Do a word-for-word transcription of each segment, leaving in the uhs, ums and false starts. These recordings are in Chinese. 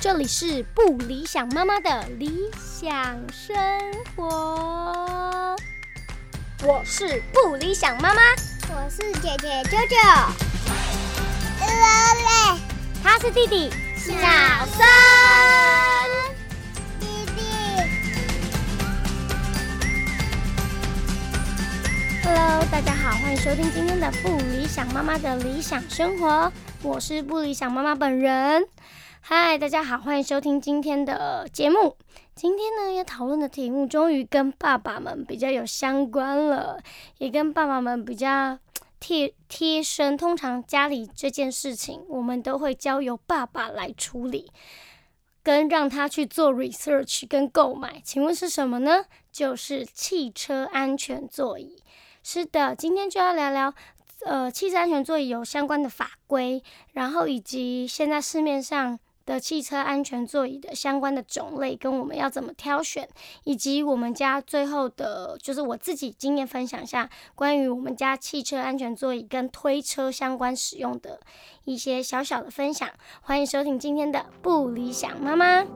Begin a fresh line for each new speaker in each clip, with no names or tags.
这里是不理想妈妈的理想生活。我是不理想妈妈，
我是姐姐舅舅，
他是弟弟
小
森。
弟弟。
Hello， 大家好，欢迎收听今天的不理想妈妈的理想生活，我是不理想妈妈本人。嗨，大家好，欢迎收听今天的节目。今天呢，要讨论的题目终于跟爸爸们比较有相关了，也跟爸爸们比较贴贴身。通常家里这件事情，我们都会交由爸爸来处理，跟让他去做 research 跟购买。请问是什么呢？就是汽车安全座椅。是的，今天就要聊聊呃汽车安全座椅有相关的法规，然后以及现在市面上的汽车安全座椅的相关的种类，跟我们要怎么挑选，以及我们家最后的就是我自己经验分享一下关于我们家汽车安全座椅跟推车相关使用的一些小小的分享。欢迎收听今天的不理想妈妈。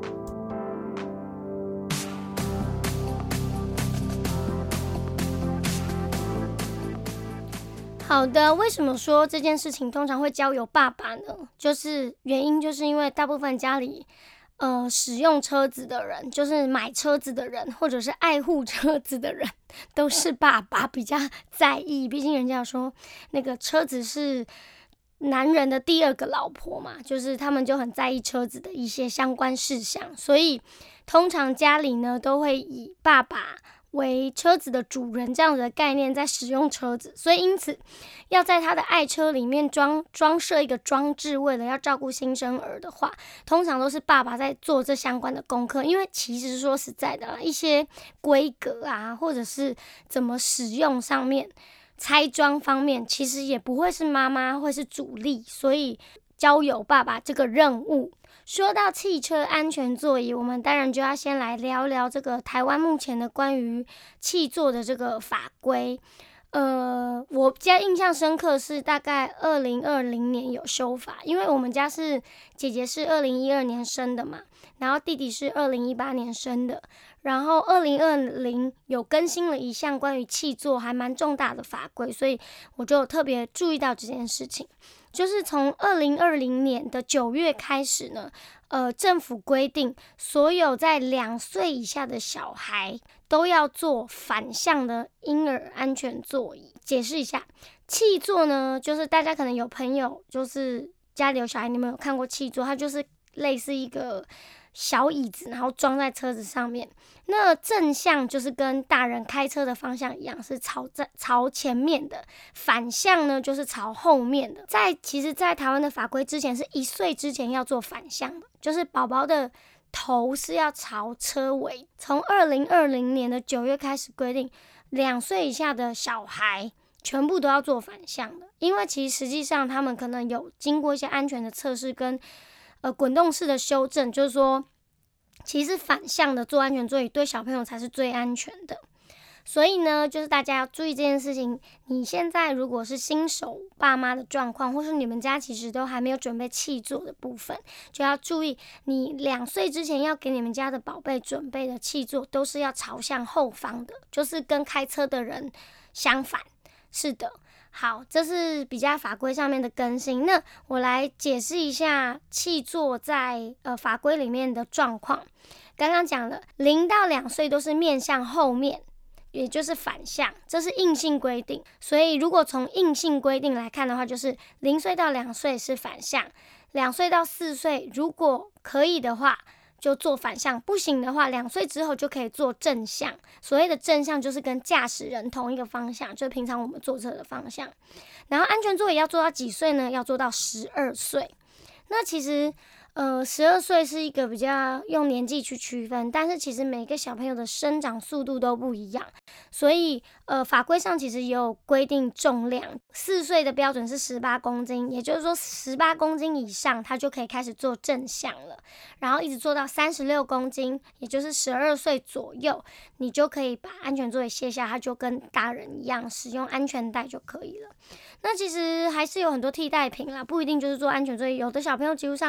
好的，为什么说这件事情通常会交由爸爸呢？就是原因就是因为大部分家里呃使用车子的人，就是买车子的人，或者是爱护车子的人，都是爸爸比较在意。毕竟人家说那个车子是男人的第二个老婆嘛，就是他们就很在意车子的一些相关事项，所以通常家里呢都会以爸爸为车子的主人这样子的概念在使用车子，所以因此要在他的爱车里面装装设一个装置，为了要照顾新生儿的话，通常都是爸爸在做这相关的功课。因为其实说实在的啦，一些规格啊，或者是怎么使用上面、拆装方面，其实也不会是妈妈会是主力，所以交由爸爸这个任务。说到汽车安全座椅，我们当然就要先来聊聊这个台湾目前的关于汽座的这个法规。呃，我家印象深刻是大概二零二零年有修法，因为我们家是姐姐是二零一二年生的嘛，然后弟弟是二零一八年生的，然后二零二零有更新了一项关于汽座还蛮重大的法规，所以我就特别注意到这件事情。就是从二零二零年的九月开始呢，呃，政府规定所有在两岁以下的小孩都要做反向的婴儿安全座椅。解释一下，汽座呢，就是大家可能有朋友就是家里有小孩，你们有看过汽座，它就是类似一个小椅子，然后装在车子上面。那正向就是跟大人开车的方向一样，是朝在朝前面的；反向呢，就是朝后面的。在其实，在台湾的法规之前是一岁之前要做反向的，就是宝宝的头是要朝车尾。从二零二零年的九月开始规定，两岁以下的小孩全部都要做反向的，因为其实实际上他们可能有经过一些安全的测试跟呃滚动式的修正，就是说其实反向的做安全座椅对小朋友才是最安全的。所以呢，就是大家要注意这件事情。你现在如果是新手爸妈的状况，或是你们家其实都还没有准备汽座的部分，就要注意，你两岁之前要给你们家的宝贝准备的汽座都是要朝向后方的，就是跟开车的人相反。是的，好，这是比较法规上面的更新。那我来解释一下汽座在呃法规里面的状况。刚刚讲了，零到两岁都是面向后面，也就是反向，这是硬性规定。所以如果从硬性规定来看的话，就是零岁到两岁是反向，两岁到四岁如果可以的话就做反向，不行的话两岁之后就可以做正向。所谓的正向就是跟驾驶人同一个方向，就是平常我们坐车的方向。然后安全座椅要做到几岁呢？要做到十二岁。那其实呃，十二岁是一个比较用年纪去区分，但是其实每个小朋友的生长速度都不一样，所以呃，法规上其实也有规定重量。四岁的标准是十八公斤，也就是说十八公斤以上，他就可以开始做正向了，然后一直做到三十六公斤，也就是十二岁左右，你就可以把安全座椅卸下，它就跟大人一样使用安全带就可以了。那其实还是有很多替代品啦，不一定就是做安全座椅。有的小朋友几乎上国小之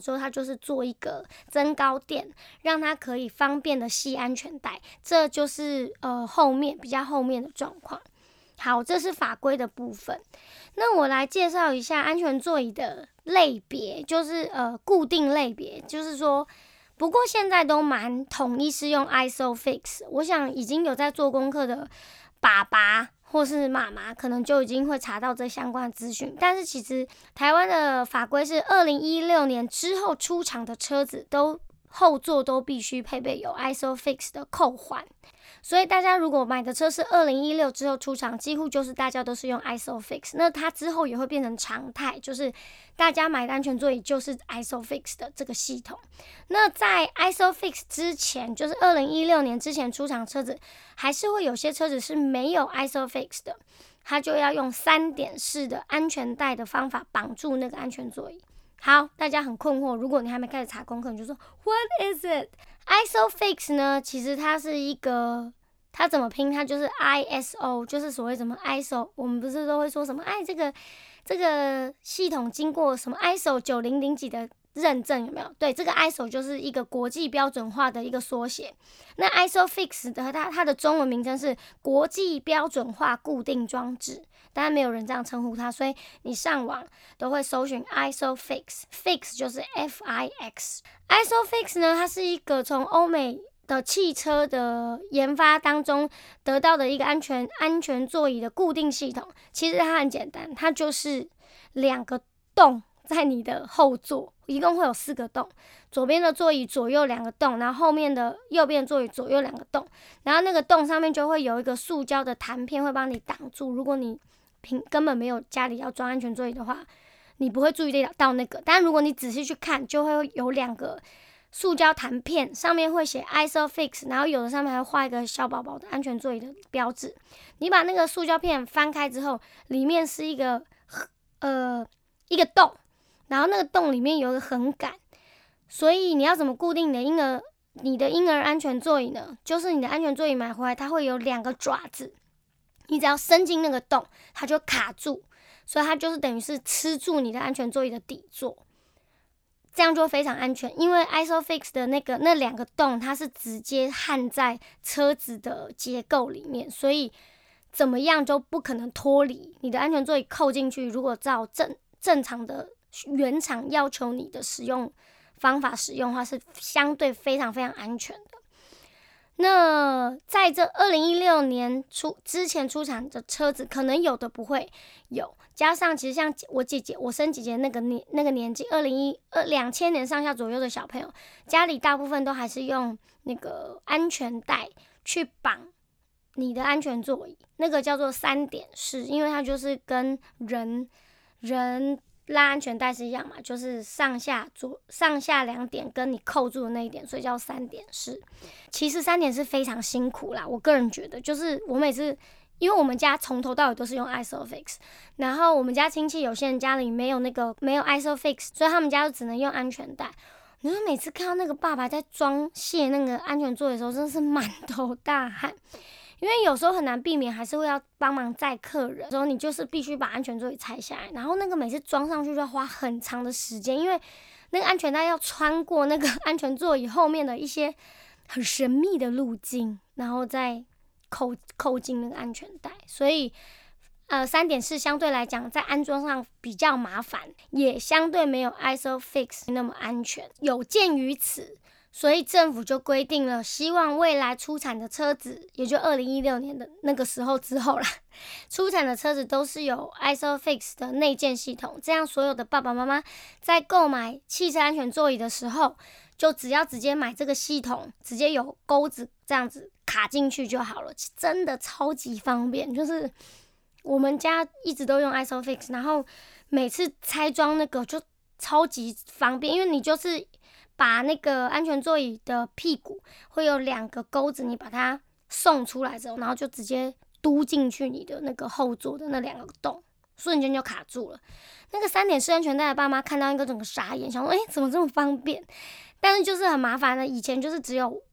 时候，它就是做一个增高垫，让它可以方便的系安全带，这就是呃后面比较后面的状况。好，这是法规的部分。那我来介绍一下安全座椅的类别，就是呃固定类别，就是说，不过现在都蛮统一是用 ISOFIX， 我想已经有在做功课的爸爸或是妈妈可能就已经会查到这相关的资讯，但是其实台湾的法规是二零一六年之后出厂的车子都后座都必须配备有 ISOFIX 的扣环，所以大家如果买的车是二零一六之后出厂，几乎就是大家都是用 ISOFIX， 那它之后也会变成常态，就是大家买的安全座椅就是 ISOFIX 的这个系统。那在 ISOFIX 之前，就是二零一六年之前出厂车子，还是会有些车子是没有 ISOFIX 的，它就要用三点式的安全带的方法绑住那个安全座椅。好，大家很困惑，如果你还没开始查功课，你就说 What is it？ ISOFIX 呢，其实它是一个，它怎么拼？它就是 I S O， 就是所谓什么 I S O， 我们不是都会说什么，哎，这个这个系统经过什么 I S O 九零零几的认证，有没有？对，这个 I S O 就是一个国际标准化的一个缩写。那 ISOFIX 的它它的中文名称是国际标准化固定装置，当然没有人这样称呼它，所以你上网都会搜寻 ISOFIX，Fix 就是 F I X。ISOFIX 呢，它是一个从欧美的汽车的研发当中得到的一个安全安全座椅的固定系统。其实它很简单，它就是两个洞在你的后座，一共会有四个洞，左边的座椅左右两个洞，然后后面的右边的座椅左右两个洞，然后那个洞上面就会有一个塑胶的弹片会帮你挡住，如果你平根本没有家里要装安全座椅的话，你不会注意到那个，但如果你仔细去看，就会有两个塑胶弹片，上面会写 ISOFIX， 然后有的上面还会画一个小宝宝的安全座椅的标志。你把那个塑胶片翻开之后，里面是一个呃一个洞，然后那个洞里面有一个横杆，所以你要怎么固定你的婴儿你的婴儿安全座椅呢？就是你的安全座椅买回来，它会有两个爪子，你只要伸进那个洞，它就卡住，所以它就是等于是吃住你的安全座椅的底座，这样就会非常安全。因为 ISOFIX 的那个那两个洞，它是直接焊在车子的结构里面，所以怎么样就不可能脱离你的安全座椅扣进去。如果照正正常的原厂要求你的使用方法使用的话，是相对非常非常安全的。那在这二零一六年出之前出厂的车子，可能有的不会有，加上其实像我姐姐，我生姐姐那个年那个年纪，二零一二两千年上下左右的小朋友，家里大部分都还是用那个安全带去绑你的安全座椅，那个叫做三点式，因为它就是跟人人拉安全带是一样嘛，就是上下左上下两点跟你扣住的那一点，所以叫三点式。其实三点式非常辛苦啦，我个人觉得，就是我每次因为我们家从头到尾都是用 ISOFIX， 然后我们家亲戚有些人家里没有那个没有 ISOFIX， 所以他们家就只能用安全带。你说每次看到那个爸爸在装卸那个安全座椅的时候，真的是满头大汗。因为有时候很难避免，还是会要帮忙载客人，然后你就是必须把安全座椅拆下来，然后那个每次装上去就要花很长的时间，因为那个安全带要穿过那个安全座椅后面的一些很神秘的路径，然后再扣扣进那个安全带，所以呃三点式相对来讲在安装上比较麻烦，也相对没有 ISOFIX 那么安全。有鉴于此，所以政府就规定了，希望未来出产的车子，也就二零一六年的那个时候之后啦，出产的车子都是有 ISOFIX 的内建系统，这样所有的爸爸妈妈在购买汽车安全座椅的时候，就只要直接买这个系统，直接有钩子这样子卡进去就好了，真的超级方便。就是我们家一直都用 ISOFIX， 然后每次拆装那个就超级方便，因为你就是把那个安全座椅的屁股会有两个钩子，你把它送出来之后，然后就直接嘟进去你的那个后座的那两个洞，瞬间就卡住了。那个三点式安全带的爸妈看到一个整个傻眼，想说：“哎，怎么这么方便？”但是就是很麻烦的，以前就是只有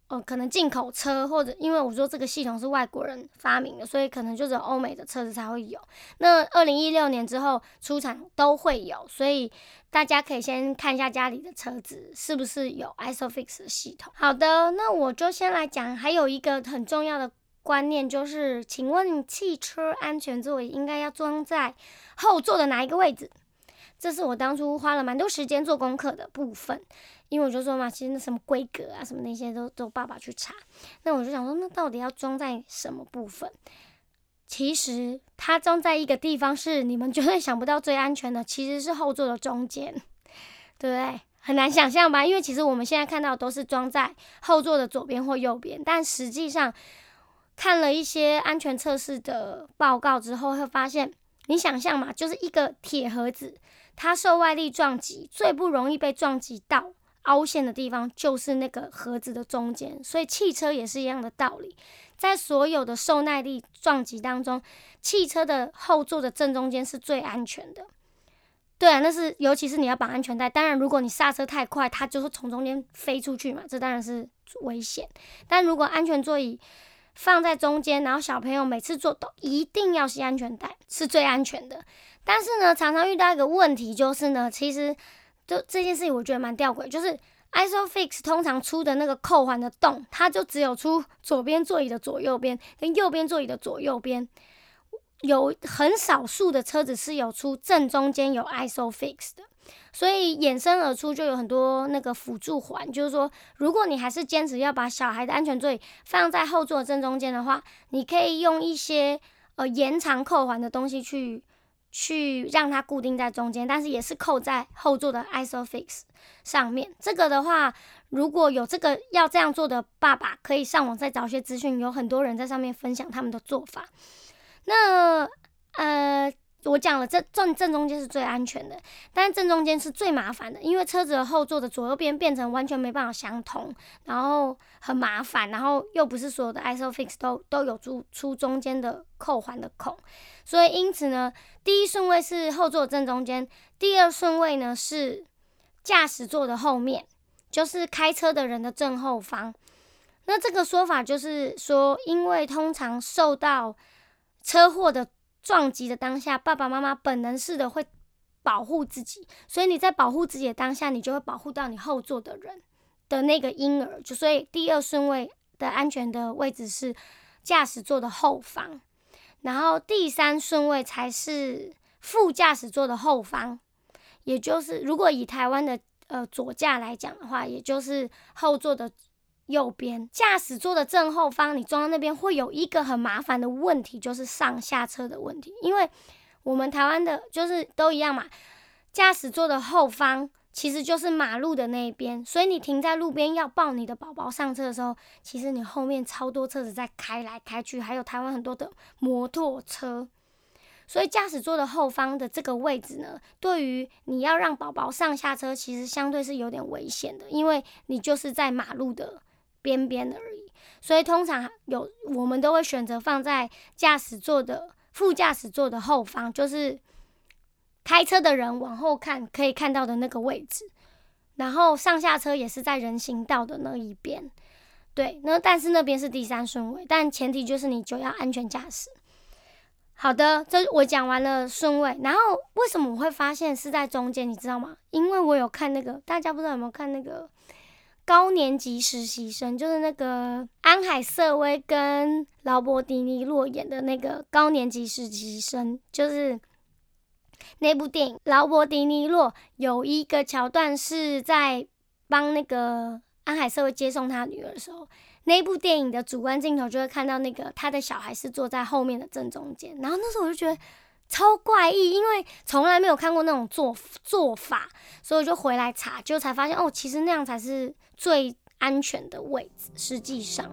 呃，可能进口车，或者因为我说这个系统是外国人发明的，所以可能就只有欧美的车子才会有。那二零一六年之后出厂都会有，所以大家可以先看一下家里的车子是不是有 ISOFIX 的系统。好的，那我就先来讲，还有一个很重要的观念就是，请问汽车安全座椅应该要装在后座的哪一个位置？这是我当初花了蛮多时间做功课的部分，因为我就说嘛，其实那什么规格啊，什么那些都都爸爸去查。那我就想说，那到底要装在什么部分？其实它装在一个地方是你们绝对想不到最安全的，其实是后座的中间，对不对？很难想象吧？因为其实我们现在看到的都是装在后座的左边或右边，但实际上看了一些安全测试的报告之后，会发现，你想象嘛，就是一个铁盒子。它受外力撞击最不容易被撞击到凹陷的地方就是那个盒子的中间，所以汽车也是一样的道理，在所有的受耐力撞击当中，汽车的后座的正中间是最安全的。对啊，那是尤其是你要绑安全带，当然如果你刹车太快，它就会从中间飞出去嘛，这当然是危险。但如果安全座椅放在中间，然后小朋友每次坐都一定要系安全带，是最安全的。但是呢，常常遇到一个问题就是呢，其实就这件事情我觉得蛮吊诡，就是 ISOFIX 通常出的那个扣环的洞，它就只有出左边座椅的左右边跟右边座椅的左右边，有很少数的车子是有出正中间有 ISOFIX 的，所以衍生而出就有很多那个辅助环，就是说，如果你还是坚持要把小孩的安全座椅放在后座正中间的话，你可以用一些呃延长扣环的东西去。去让它固定在中间，但是也是扣在后座的 ISOFIX 上面。这个的话，如果有这个要这样做的爸爸，可以上网再找一些资讯，有很多人在上面分享他们的做法。那呃，我讲了，这正正中间是最安全的，但是正中间是最麻烦的，因为车子的后座的左右边变成完全没办法相同，然后很麻烦，然后又不是所有的 ISOFIX 都都有出出中间的扣环的孔，所以因此呢，第一顺位是后座的正中间，第二顺位呢是驾驶座的后面，就是开车的人的正后方。那这个说法就是说，因为通常受到车祸的撞击的当下，爸爸妈妈本能式的会保护自己，所以你在保护自己的当下，你就会保护到你后座的人的那个婴儿，就所以第二顺位的安全的位置是驾驶座的后方，然后第三顺位才是副驾驶座的后方，也就是如果以台湾的呃左驾来讲的话，也就是后座的右边。驾驶座的正后方，你装在那边会有一个很麻烦的问题，就是上下车的问题。因为我们台湾的就是都一样嘛，驾驶座的后方其实就是马路的那一边，所以你停在路边要抱你的宝宝上车的时候，其实你后面超多车子在开来开去，还有台湾很多的摩托车。所以驾驶座的后方的这个位置呢，对于你要让宝宝上下车，其实相对是有点危险的，因为你就是在马路的边边而已。所以通常有我们都会选择放在驾驶座的副驾驶座的后方，就是开车的人往后看可以看到的那个位置，然后上下车也是在人行道的那一边。对，那但是那边是第三顺位，但前提就是你就要安全驾驶。好的，这我讲完了顺位，然后为什么我会发现是在中间，你知道吗？因为我有看那个，大家不知道有没有看那个高年级实习生，就是那个安海瑟薇跟劳勃迪尼洛演的那个高年级实习生，就是那部电影。劳勃迪尼洛有一个桥段是在帮那个安海瑟薇接送他女儿的时候，那部电影的主观镜头就会看到那个他的小孩是坐在后面的正中间，然后那时候我就觉得超怪异，因为从来没有看过那种做做法，所以我就回来查，就才发现哦，其实那样才是最安全的位置。实际上，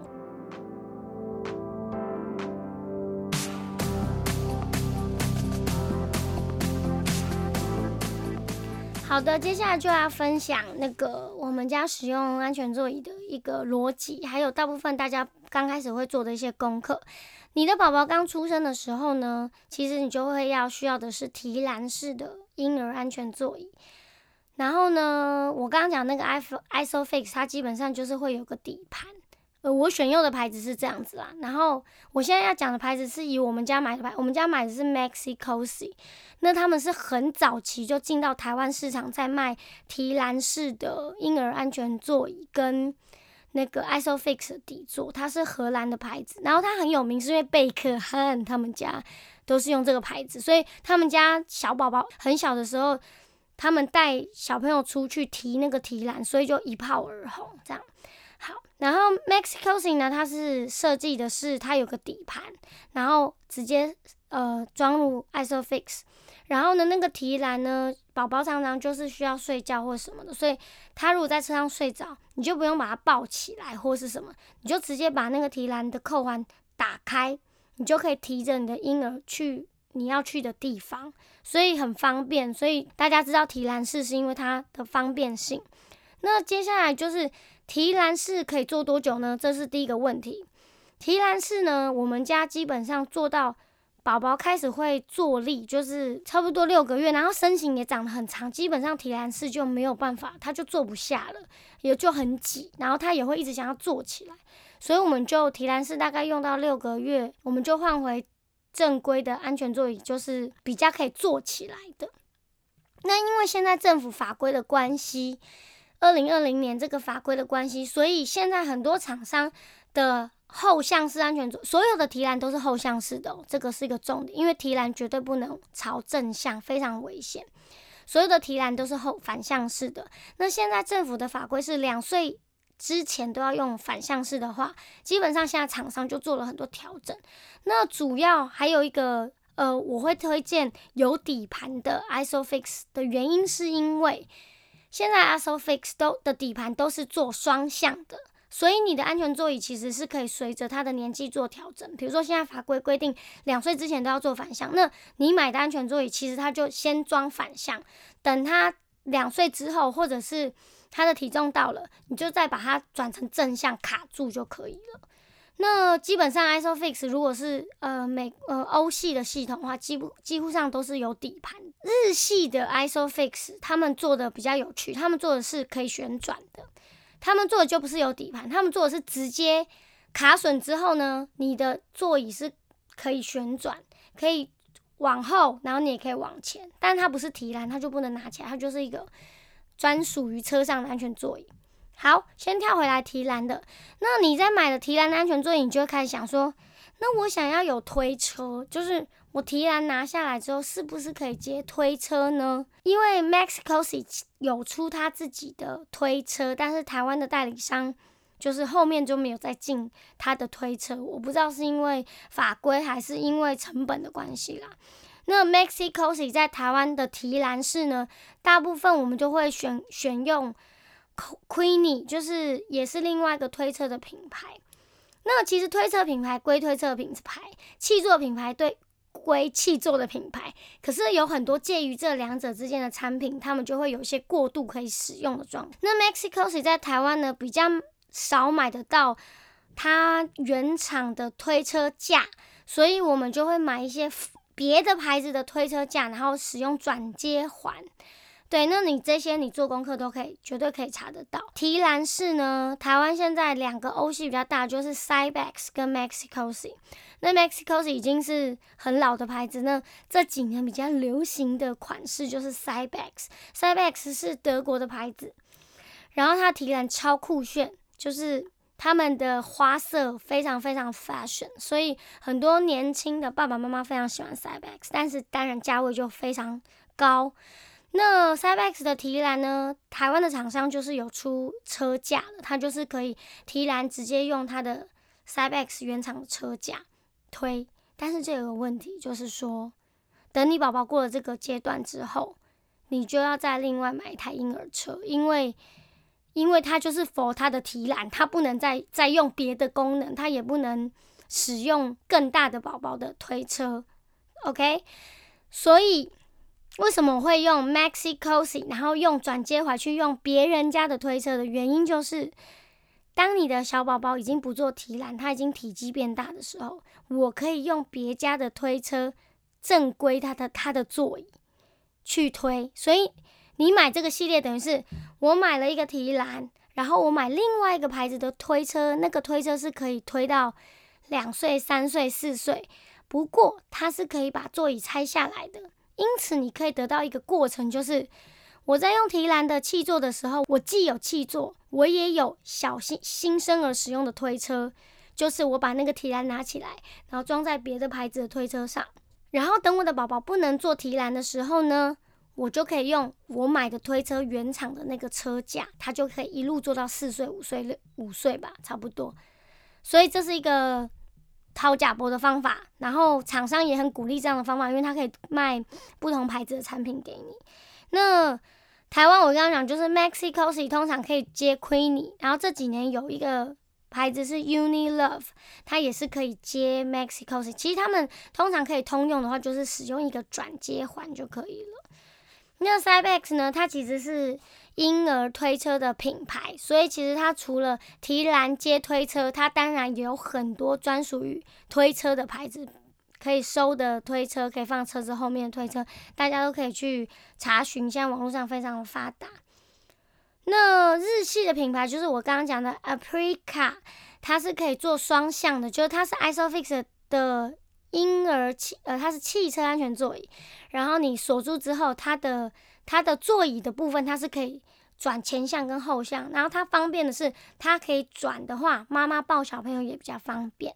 好的，接下来就要分享那个我们家使用安全座椅的一个逻辑，还有大部分大家刚开始会做的一些功课。你的宝宝刚出生的时候呢，其实你就会要需要的是提篮式的婴儿安全座椅。然后呢，我刚刚讲那个 ISOFIX， 它基本上就是会有个底盘， 呃，我选用的牌子是这样子啦。然后我现在要讲的牌子是以我们家买的牌，我们家买的是 Maxi-Cosi， 那他们是很早期就进到台湾市场，在卖提篮式的婴儿安全座椅跟那个 Isofix 的底座，它是荷兰的牌子，然后它很有名是因为贝克汉他们家都是用这个牌子，所以他们家小宝宝很小的时候，他们带小朋友出去提那个提篮，所以就一炮而红这样。好，然后 Maxi-Cosi 呢，它是设计的是它有个底盘，然后直接呃装入 Isofix， 然后呢那个提篮呢，宝宝常常就是需要睡觉或什么的，所以他如果在车上睡着，你就不用把它抱起来或是什么，你就直接把那个提篮的扣环打开，你就可以提着你的婴儿去你要去的地方，所以很方便。所以大家知道提篮式是因为它的方便性。那接下来就是提篮式可以做多久呢？这是第一个问题。提篮式呢，我们家基本上做到宝宝开始会坐立，就是差不多六个月，然后身形也长得很长，基本上提篮式就没有办法，他就坐不下了，也就很挤，然后他也会一直想要坐起来，所以我们就提篮式大概用到六个月，我们就换回正规的安全座椅，就是比较可以坐起来的。那因为现在政府法规的关系，二零二零年这个法规的关系，所以现在很多厂商的后向式安全座，所有的提篮都是后向式的哦，这个是一个重点，因为提篮绝对不能朝正向，非常危险。所有的提篮都是后反向式的。那现在政府的法规是两岁之前都要用反向式的话，基本上现在厂商就做了很多调整。那主要还有一个呃，我会推荐有底盘的 Isofix 的原因是因为现在 Isofix 都的底盘都是做双向的，所以你的安全座椅其实是可以随着他的年纪做调整。比如说现在法规规定两岁之前都要做反向，那你买的安全座椅其实他就先装反向，等他两岁之后或者是他的体重到了，你就再把它转成正向卡住就可以了。那基本上 Isofix 如果是呃美呃欧系的系统的话，几乎几乎上都是有底盘。日系的 Isofix 他们做的比较有趣，他们做的是可以旋转的，他们做的就不是有底盘，他们做的是直接卡榫之后呢，你的座椅是可以旋转，可以往后，然后你也可以往前，但它不是提篮，它就不能拿起来，它就是一个专属于车上的安全座椅。好，先跳回来提篮的。那你在买了提篮的安全座椅，你就会开始想说，那我想要有推车，就是我提篮拿下来之后，是不是可以接推车呢？因为 Maxi-Cosi 有出他自己的推车，但是台湾的代理商就是后面就没有再进他的推车，我不知道是因为法规还是因为成本的关系啦。那 Maxi-Cosi 在台湾的提篮式呢，大部分我们就会选选用Queenie， 就是也是另外一个推车的品牌。那其实推车品牌归推车品牌，汽座品牌对归汽座的品牌，可是有很多介于这两者之间的产品，他们就会有一些过度可以使用的状态。那 Maxi-Cosi 在台湾呢比较少买得到它原厂的推车架，所以我们就会买一些别的牌子的推车架，然后使用转接环。对，那你这些你做功课都可以，绝对可以查得到。提篮式呢，台湾现在两个欧系比较大，就是 Cybex 跟 Maxi-Cosi。那 Maxi-Cosi 已经是很老的牌子，那这几年比较流行的款式就是 Cybex。Cybex 是德国的牌子，然后它提篮超酷炫，就是他们的花色非常非常 fashion， 所以很多年轻的爸爸妈妈非常喜欢 Cybex， 但是当然价位就非常高。那 Cybex 的提篮呢，台湾的厂商就是有出车架的，它就是可以提篮直接用它的 Cybex 原厂的车架推，但是这有个问题，就是说等你宝宝过了这个阶段之后，你就要再另外买一台婴儿车，因为因为它就是 for 它的提篮，它不能再再用别的功能，它也不能使用更大的宝宝的推车 OK， 所以为什么我会用 Maxi-Cosi 然后用转接环去用别人家的推车的原因，就是当你的小宝宝已经不做提篮，他已经体积变大的时候，我可以用别家的推车正规他的他的座椅去推。所以你买这个系列等于是我买了一个提篮， 然后我买另外一个牌子的推车，那个推车是可以推到两岁、三岁、四岁，不过它是可以把座椅拆下来的，因此你可以得到一个过程，就是我在用提篮的气座的时候，我既有气座，我也有小新新生儿使用的推车，就是我把那个提篮拿起来，然后装在别的牌子的推车上，然后等我的宝宝不能坐提篮的时候呢，我就可以用我买的推车原厂的那个车架，它就可以一路做到四岁、五岁、五岁吧，差不多。所以这是一个掏假博的方法，然后厂商也很鼓励这样的方法，因为它可以卖不同牌子的产品给你。那台湾我刚刚讲就是 Maxi-Cosi 通常可以接 Queenie， 然后这几年有一个牌子是 Unilove， 它也是可以接 Maxi-Cosi。其实他们通常可以通用的话，就是使用一个转接环就可以了。那 Cybex 呢，它其实是婴儿推车的品牌，所以其实它除了提篮接推车，它当然也有很多专属于推车的牌子，可以收的推车，可以放车子后面的推车，大家都可以去查询，现在网络上非常的发达。那日系的品牌就是我刚刚讲的 Aprica， 它是可以做双向的，就是它是 Isofix 的婴儿汽呃，它是汽车安全座椅，然后你锁住之后，它的它的座椅的部分它是可以转前向跟后向，然后它方便的是，它可以转的话，妈妈抱小朋友也比较方便。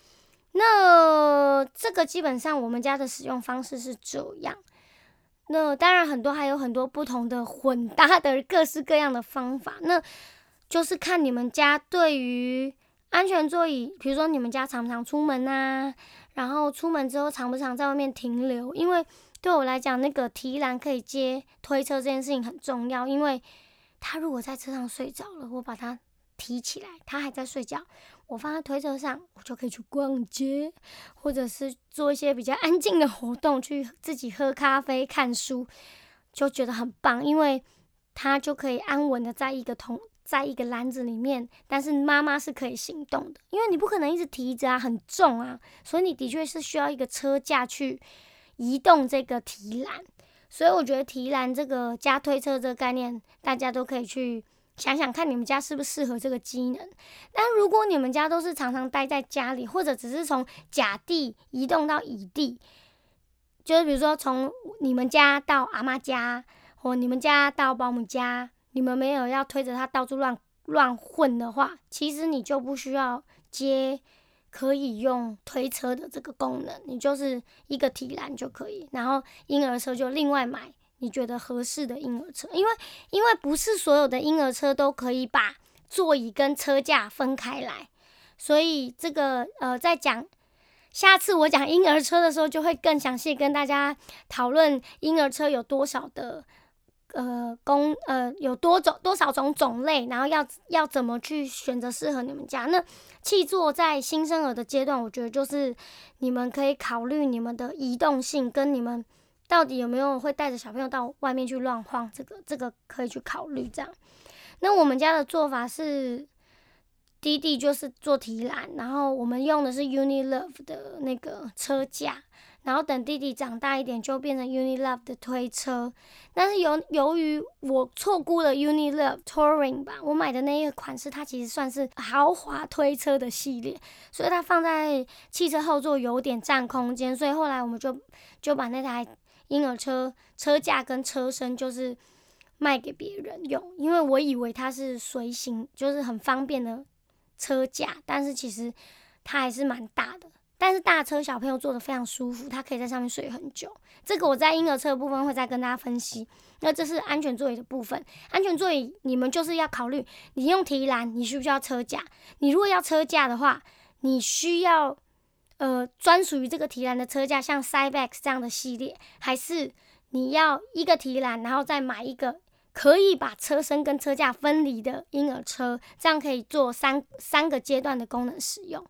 那这个基本上我们家的使用方式是这样。那当然很多还有很多不同的混搭的各式各样的方法，那就是看你们家对于安全座椅，比如说你们家常不常出门啊，然后出门之后常不常在外面停留，因为对我来讲那个提篮可以接推车这件事情很重要，因为他如果在车上睡着了，我把他提起来，他还在睡觉，我放在推车上，我就可以去逛街，或者是做一些比较安静的活动，去自己喝咖啡看书，就觉得很棒，因为他就可以安稳的在一个同在一个篮子里面，但是妈妈是可以行动的，因为你不可能一直提着啊，很重啊，所以你的确是需要一个车架去移动这个提篮。所以我觉得提篮这个加推车这个概念，大家都可以去想想看你们家是不是适合这个机能。但如果你们家都是常常待在家里，或者只是从甲地移动到乙地，就是比如说从你们家到阿嬷家，或你们家到保姆家，你们没有要推着它到处乱乱混的话，其实你就不需要接可以用推车的这个功能，你就是一个提篮就可以，然后婴儿车就另外买你觉得合适的婴儿车，因为因为不是所有的婴儿车都可以把座椅跟车架分开来，所以这个呃在讲下次我讲婴儿车的时候，就会更详细跟大家讨论婴儿车有多少的呃公呃有多种多少种种类，然后要要怎么去选择适合你们家。那汽座在新生儿的阶段，我觉得就是你们可以考虑你们的移动性跟你们到底有没有会带着小朋友到外面去乱晃，这个这个可以去考虑这样。那我们家的做法是，弟弟就是做提篮，然后我们用的是 Unilove 的那个车架，然后等弟弟长大一点就变成 Unilove 的推车。但是由由于我错估了 Unilove Touring 吧，我买的那一个款式它其实算是豪华推车的系列，所以它放在汽车后座有点占空间，所以后来我们就就把那台婴儿车车架跟车身就是卖给别人用，因为我以为它是随行，就是很方便的车架，但是其实它还是蛮大的。但是大车小朋友坐得非常舒服，他可以在上面睡很久。这个我在婴儿车的部分会再跟大家分析。那这是安全座椅的部分，安全座椅你们就是要考虑，你用提篮，你需不需要车架？你如果要车架的话，你需要呃专属于这个提篮的车架，像 Cybex 这样的系列，还是你要一个提篮，然后再买一个可以把车身跟车架分离的婴儿车，这样可以做三三个阶段的功能使用。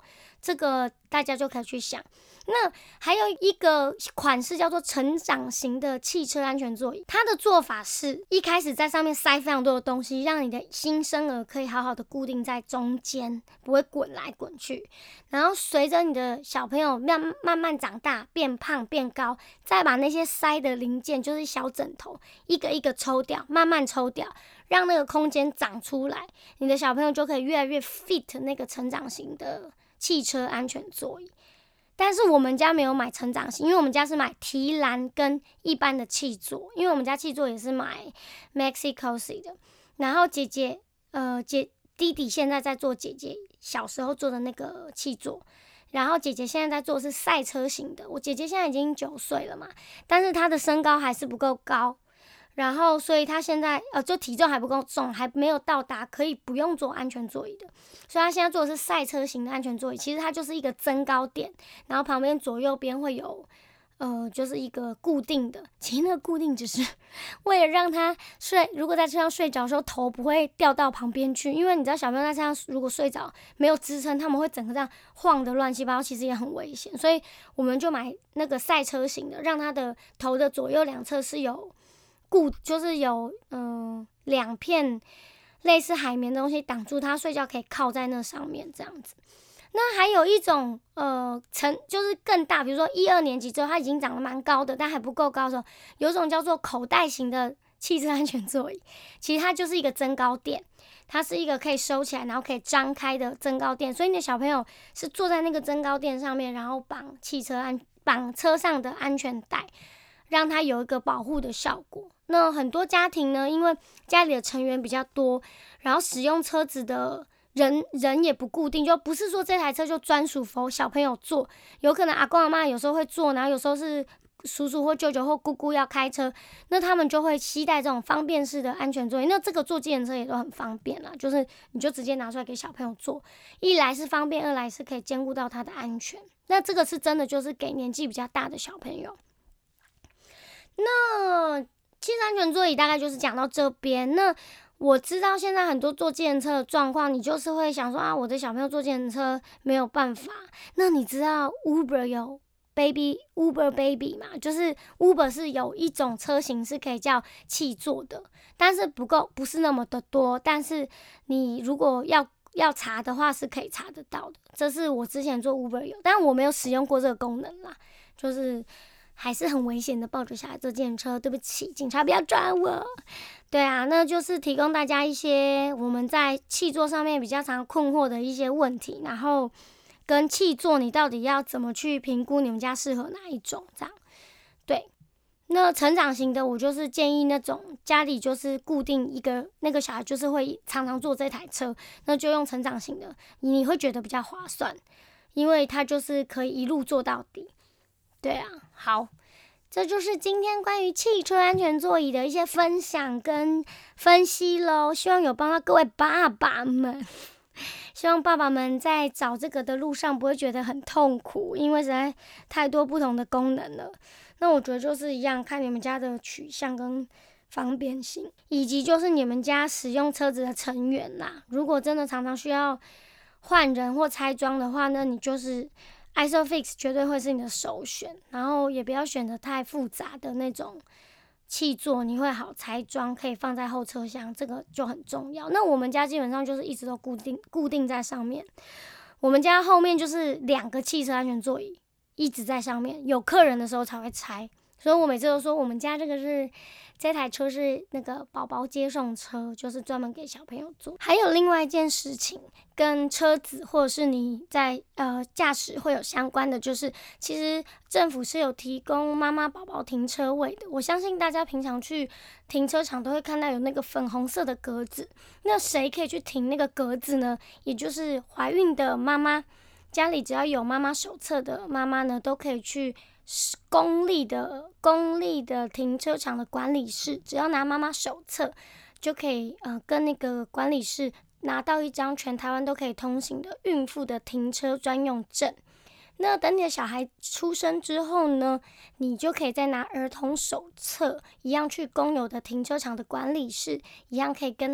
这个大家就可以去想。那还有一个款式叫做成长型的汽车安全座椅，它的做法是一开始在上面塞非常多的东西，让你的新生儿可以好好的固定在中间，不会滚来滚去。然后随着你的小朋友慢慢慢长大，变胖变高，再把那些塞的零件，就是小枕头，一个一个抽掉，慢慢抽掉，让那个空间长出来，你的小朋友就可以越来越 fit 那个成长型的汽车安全座椅。但是我们家没有买成长型，因为我们家是买提篮跟一般的汽座，因为我们家汽座也是买 Maxi-Cosi 的。然后姐姐，呃，姐弟弟现在在做姐姐小时候做的那个汽座，然后姐姐现在在做的是赛车型的。我姐姐现在已经九岁了嘛，但是她的身高还是不够高。然后，所以他现在呃，就体重还不够重，还没有到达可以不用做安全座椅的，所以他现在做的是赛车型的安全座椅。其实它就是一个增高垫，然后旁边左右边会有呃，就是一个固定的。其实那个固定只是为了让他睡，如果在车上睡着的时候头不会掉到旁边去，因为你知道小朋友在车上如果睡着没有支撑，他们会整个这样晃得乱七八糟，其实也很危险。所以我们就买那个赛车型的，让他的头的左右两侧是有。固就是有嗯两片类似海绵的东西挡住他睡觉，可以靠在那上面这样子。那还有一种呃成就是更大，比如说一二年级之后他已经长得蛮高的，但还不够高的时候，有一种叫做口袋型的汽车安全座椅，其实它就是一个增高垫，它是一个可以收起来然后可以张开的增高垫，所以你的小朋友是坐在那个增高垫上面，然后绑汽车安绑车上的安全带，让它有一个保护的效果。那很多家庭呢，因为家里的成员比较多，然后使用车子的人人也不固定，就不是说这台车就专属 for 小朋友坐，有可能阿公阿嬷有时候会坐，然后有时候是叔叔或舅舅或姑姑要开车，那他们就会携带这种方便式的安全座椅。那这个坐计程车也都很方便啦，就是你就直接拿出来给小朋友坐，一来是方便，二来是可以兼顾到他的安全。那这个是真的就是给年纪比较大的小朋友。那汽车安全座椅大概就是讲到这边。那我知道现在很多坐计程车的状况，你就是会想说啊，我的小朋友坐计程车没有办法。那你知道 Uber 有 Baby Uber Baby 嘛？就是 Uber 是有一种车型是可以叫汽座的，但是不够，不是那么的多。但是你如果要要查的话，是可以查得到的。这是我之前做 Uber 有，但我没有使用过这个功能啦，就是。还是很危险的，抱着小孩坐计程车，对不起，警察不要抓我。对啊，那就是提供大家一些我们在汽座上面比较常困惑的一些问题，然后跟汽座你到底要怎么去评估你们家适合哪一种这样。对，那成长型的我就是建议那种家里就是固定一个那个小孩就是会常常坐这台车，那就用成长型的，你会觉得比较划算，因为它就是可以一路坐到底。对啊，好，这就是今天关于汽车安全座椅的一些分享跟分析咯，希望有帮到各位爸爸们，希望爸爸们在找这个的路上不会觉得很痛苦，因为实在太多不同的功能了。那我觉得就是一样，看你们家的取向跟方便性，以及就是你们家使用车子的成员啦。如果真的常常需要换人或拆装的话，那你就是Isofix 绝对会是你的首选，然后也不要选择太复杂的那种汽座，你会好拆装，可以放在后车厢，这个就很重要。那我们家基本上就是一直都固定固定在上面，我们家后面就是两个汽车安全座椅一直在上面，有客人的时候才会拆，所以我每次都说我们家这个是这台车是那个宝宝接送车，就是专门给小朋友坐。还有另外一件事情跟车子或者是你在呃驾驶会有相关的，就是其实政府是有提供妈妈宝宝停车位的。我相信大家平常去停车场都会看到有那个粉红色的格子，那谁可以去停那个格子呢？也就是怀孕的妈妈，家里只要有妈妈手册的妈妈呢，都可以去公立的公立的停车场的管理室，只要拿妈妈手册就可以呃跟那个管理室拿到一张全台湾都可以通行的孕妇的停车专用证。那等你的小孩出生之后呢，你就可以再拿儿童手册一样去公有的停车场的管理室，一样可以跟他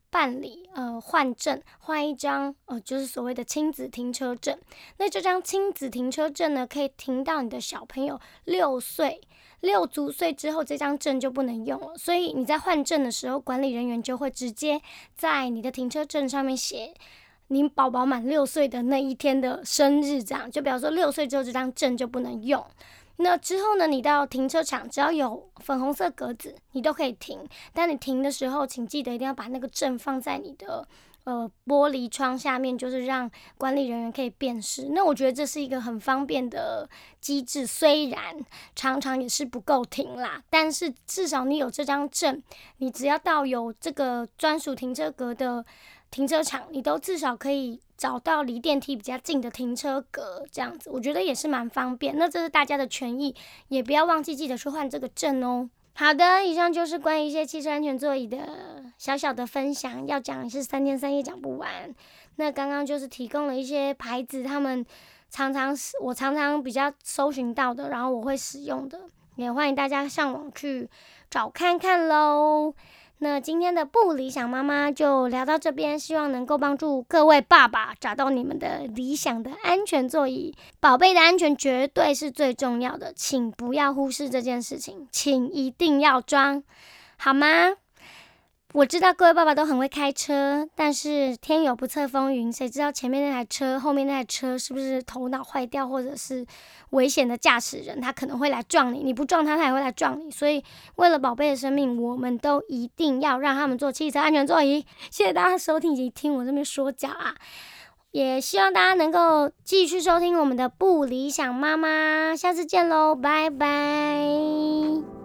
办理呃换证，换一张呃就是所谓的亲子停车证。那这张亲子停车证呢，可以停到你的小朋友六岁。六足岁之后，这张证就不能用了，所以你在换证的时候，管理人员就会直接在你的停车证上面写你宝宝满六岁的那一天的生日，这样就比方说六岁之后这张证就不能用。那之后呢，你到停车场，只要有粉红色格子，你都可以停。但你停的时候，请记得一定要把那个证放在你的呃玻璃窗下面，就是让管理人员可以辨识。那我觉得这是一个很方便的机制，虽然常常也是不够停啦，但是至少你有这张证，你只要到有这个专属停车格的停车场，你都至少可以找到离电梯比较近的停车格，这样子我觉得也是蛮方便。那这是大家的权益，也不要忘记记得去换这个证哦。好的，以上就是关于一些汽车安全座椅的小小的分享，要讲也是三天三夜讲不完。那刚刚就是提供了一些牌子，他们常常我常常比较搜寻到的，然后我会使用的，也欢迎大家上网去找看看咯。那今天的不理想妈妈就聊到这边，希望能够帮助各位爸爸找到你们的理想的安全座椅。宝贝的安全绝对是最重要的，请不要忽视这件事情，请一定要装，好吗？我知道各位爸爸都很会开车，但是天有不测风云，谁知道前面那台车后面那台车是不是头脑坏掉，或者是危险的驾驶人，他可能会来撞你，你不撞他他也会来撞你。所以为了宝贝的生命，我们都一定要让他们坐汽车安全座椅。谢谢大家收听以及听我这边说教啊，也希望大家能够继续收听我们的不理想妈妈，下次见咯，拜拜。